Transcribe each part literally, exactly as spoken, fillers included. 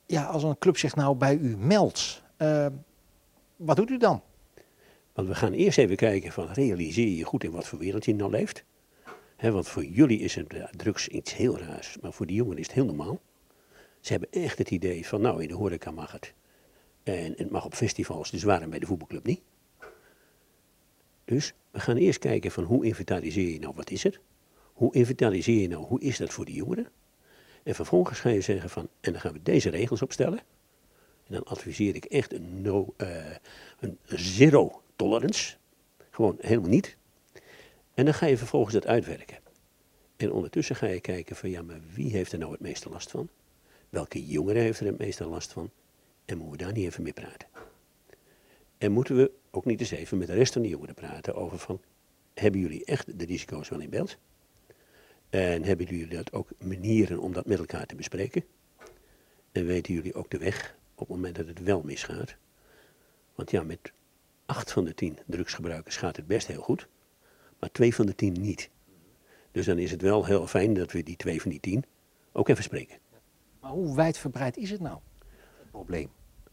ja, als een club zich nou bij u meldt, uh, wat doet u dan? Want we gaan eerst even kijken van, realiseer je goed in wat voor wereld je nou leeft. He, want voor jullie is het, ja, drugs iets heel raars, maar voor die jongeren is het heel normaal. Ze hebben echt het idee van, nou, in de horeca mag het. En het mag op festivals, dus waarom bij de voetbalclub niet? Dus we gaan eerst kijken van, hoe inventariseer je nou, wat is het? Hoe inventariseer je nou, hoe is dat voor die jongeren? En vervolgens ga je zeggen van, en dan gaan we deze regels opstellen. En dan adviseer ik echt een, no, uh, een zero tolerance. Gewoon helemaal niet. En dan ga je vervolgens dat uitwerken. En ondertussen ga je kijken van, ja, maar wie heeft er nou het meeste last van? Welke jongere heeft er het meeste last van? En moeten we daar niet even mee praten? En moeten we ook niet eens even met de rest van de jongeren praten over van, hebben jullie echt de risico's wel in beeld? En hebben jullie dat ook manieren om dat met elkaar te bespreken? En weten jullie ook de weg op het moment dat het wel misgaat? Want ja, met acht van de tien drugsgebruikers gaat het best heel goed, maar twee van de tien niet. Dus dan is het wel heel fijn dat we die twee van die tien ook even spreken. Maar hoe wijdverbreid is het nou, het probleem?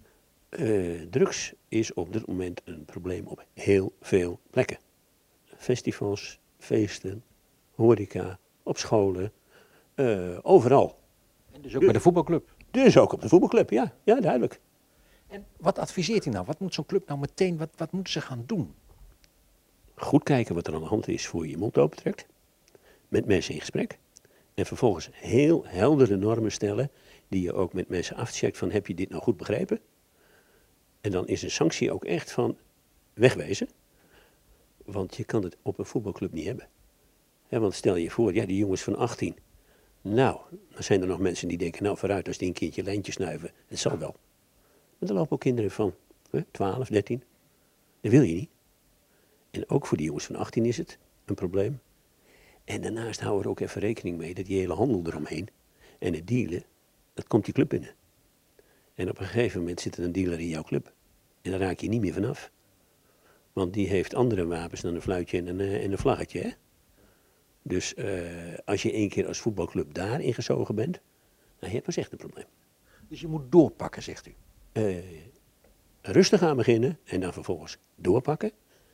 Uh, drugs is op dit moment een probleem op heel veel plekken. Festivals, feesten, horeca, op scholen, uh, overal. En dus ook dus, bij de voetbalclub? Dus ook op de voetbalclub, ja, ja, duidelijk. En wat adviseert u nou? Wat moet zo'n club nou meteen, wat, wat moeten ze gaan doen? Goed kijken wat er aan de hand is voor je je mond opentrekt. Met mensen in gesprek. En vervolgens heel heldere normen stellen, die je ook met mensen afcheckt van, heb je dit nou goed begrepen? En dan is een sanctie ook echt van wegwezen. Want je kan het op een voetbalclub niet hebben. He, want stel je voor, ja, die jongens van achttien. Nou, dan zijn er nog mensen die denken, nou vooruit als die een keertje lijntje snuiven. Het zal wel. Maar er lopen ook kinderen van hè, twaalf, dertien. Dat wil je niet. En ook voor die jongens van achttien is het een probleem. En daarnaast hou er ook even rekening mee dat die hele handel eromheen en het dealen, dat komt die club binnen. En op een gegeven moment zit er een dealer in jouw club. En daar raak je niet meer vanaf. Want die heeft andere wapens dan een fluitje en een, en een vlaggetje. Hè? Dus uh, als je één keer als voetbalclub daar ingezogen bent, dan heb je pas echt een probleem. Dus je moet doorpakken, zegt u? Uh, rustig aan beginnen en dan vervolgens doorpakken.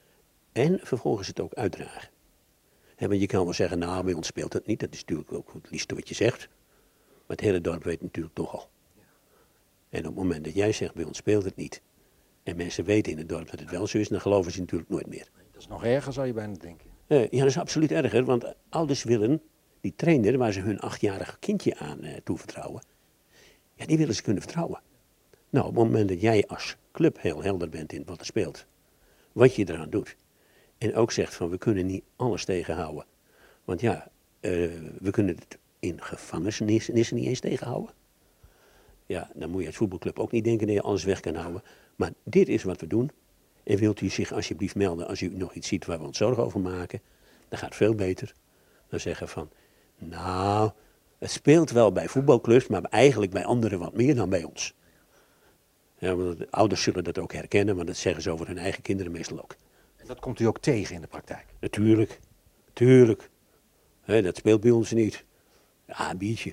En vervolgens het ook uitdragen. He, want je kan wel zeggen, nou bij ons speelt het niet. Dat is natuurlijk ook het liefste wat je zegt. Maar het hele dorp weet natuurlijk toch al. En op het moment dat jij zegt, bij ons speelt het niet. En mensen weten in het dorp dat het wel zo is, dan geloven ze natuurlijk nooit meer. Dat is nog erger, zou je bijna denken. Uh, ja, dat is absoluut erger. Want ouders willen die trainer waar ze hun achtjarig kindje aan uh, toevertrouwen. Ja, die willen ze kunnen vertrouwen. Nou, op het moment dat jij als club heel helder bent in wat er speelt. Wat je eraan doet. En ook zegt van, we kunnen niet alles tegenhouden. Want ja, uh, we kunnen het in gevangenissen niet eens tegenhouden. Ja, dan moet je als voetbalclub ook niet denken dat je alles weg kan houden. Maar dit is wat we doen. En wilt u zich alsjeblieft melden als u nog iets ziet waar we ons zorgen over maken. Dan gaat het veel beter dan zeggen van, nou, het speelt wel bij voetbalclubs, maar eigenlijk bij anderen wat meer dan bij ons. Ja, want de ouders zullen dat ook herkennen, maar dat zeggen ze over hun eigen kinderen meestal ook. En dat komt u ook tegen in de praktijk? Natuurlijk, natuurlijk. He, dat speelt bij ons niet. Ja, een biertje.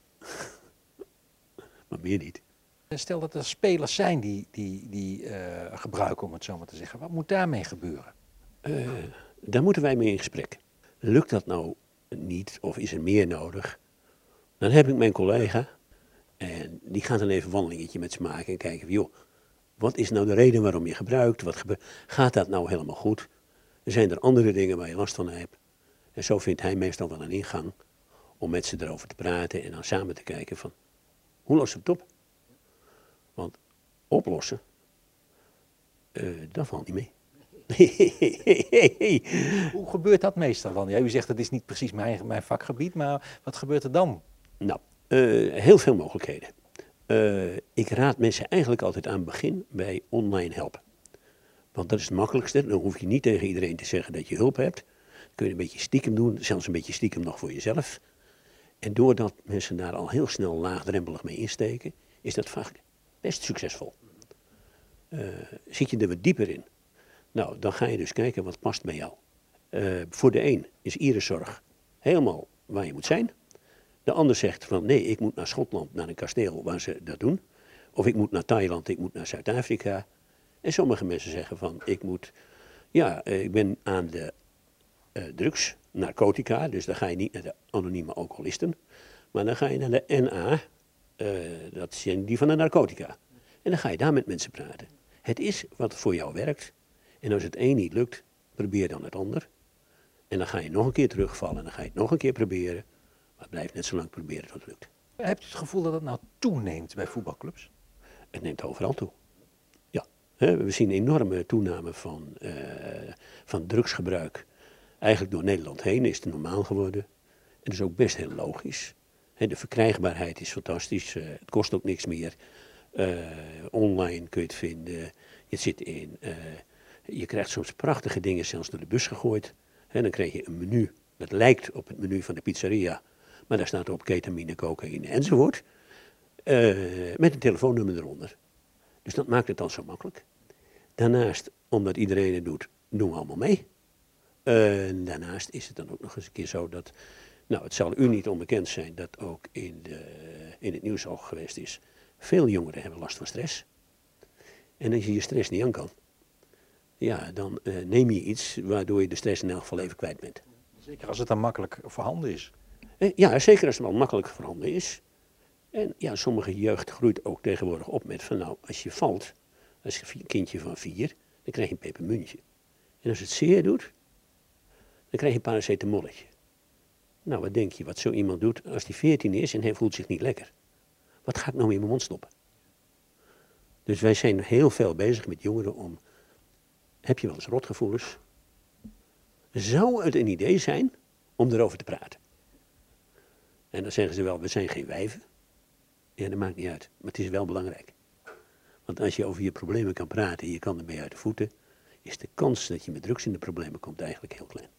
Maar meer niet. Stel dat er spelers zijn die, die, die uh, gebruiken, om het zo maar te zeggen. Wat moet daarmee gebeuren? Uh, daar moeten wij mee in gesprek. Lukt dat nou niet of is er meer nodig? Dan heb ik mijn collega en die gaat dan even een wandelingetje met ze maken en kijken van, joh, wat is nou de reden waarom je gebruikt? Wat gebe- Gaat dat nou helemaal goed? Er zijn er andere dingen waar je last van hebt. En zo vindt hij meestal wel een ingang om met ze erover te praten en dan samen te kijken van, hoe lossen we het op? Want oplossen, uh, dat valt niet mee. Hoe gebeurt dat meestal dan? Ja, u zegt dat is niet precies mijn, mijn vakgebied, maar wat gebeurt er dan? Nou, uh, heel veel mogelijkheden. Uh, ik raad mensen eigenlijk altijd aan het begin bij online helpen. Want dat is het makkelijkste. Dan hoef je niet tegen iedereen te zeggen dat je hulp hebt. Dat kun je een beetje stiekem doen, zelfs een beetje stiekem nog voor jezelf. En doordat mensen daar al heel snel laagdrempelig mee insteken, is dat vaak best succesvol. Uh, zit je er wat dieper in? Nou, dan ga je dus kijken wat past bij jou. Uh, voor de een is iriszorg helemaal waar je moet zijn. De ander zegt van nee, ik moet naar Schotland, naar een kasteel waar ze dat doen. Of ik moet naar Thailand, ik moet naar Zuid-Afrika. En sommige mensen zeggen van ik moet, ja, ik ben aan de uh, drugs, narcotica, dus dan ga je niet naar de anonieme alcoholisten. Maar dan ga je naar de N A, uh, dat zijn die van de narcotica. En dan ga je daar met mensen praten. Het is wat voor jou werkt. En als het een niet lukt, probeer dan het ander. En dan ga je nog een keer terugvallen en dan ga je het nog een keer proberen. Maar blijf net zo lang proberen tot het lukt. Hebt u het gevoel dat het nou toeneemt bij voetbalclubs? Het neemt overal toe. Ja, we zien een enorme toename van, uh, van drugsgebruik. Eigenlijk door Nederland heen is het normaal geworden. En dat is ook best heel logisch. De verkrijgbaarheid is fantastisch. Uh, het kost ook niks meer. Uh, online kun je het vinden. Je zit in. Uh, je krijgt soms prachtige dingen zelfs door de bus gegooid. En dan krijg je een menu. Dat lijkt op het menu van de pizzeria. Maar daar staat op ketamine, cocaïne enzovoort. Uh, met een telefoonnummer eronder. Dus dat maakt het dan zo makkelijk. Daarnaast, omdat iedereen het doet, doen we allemaal mee. Uh, en daarnaast is het dan ook nog eens een keer zo dat... Nou, het zal u niet onbekend zijn dat ook in, de, in het nieuws al geweest is. Veel jongeren hebben last van stress. En als je je stress niet aan kan, ja, dan uh, neem je iets waardoor je de stress in elk geval even kwijt bent. Zeker als het dan makkelijk voorhanden is. Uh, ja, zeker als het wel makkelijk voorhanden is. En ja, sommige jeugd groeit ook tegenwoordig op met van nou, als je valt, als je een kindje van vier, dan krijg je een pepermuntje. En als het zeer doet, dan krijg je een paracetamolletje. Nou, wat denk je, wat zo iemand doet als hij veertien is en hij voelt zich niet lekker? Wat ga ik nou in mijn mond stoppen? Dus wij zijn heel veel bezig met jongeren om, heb je wel eens rotgevoelens? Zou het een idee zijn om erover te praten? En dan zeggen ze wel, we zijn geen wijven. Ja, dat maakt niet uit, maar het is wel belangrijk. Want als je over je problemen kan praten en je kan ermee uit de voeten, is de kans dat je met drugs in de problemen komt eigenlijk heel klein.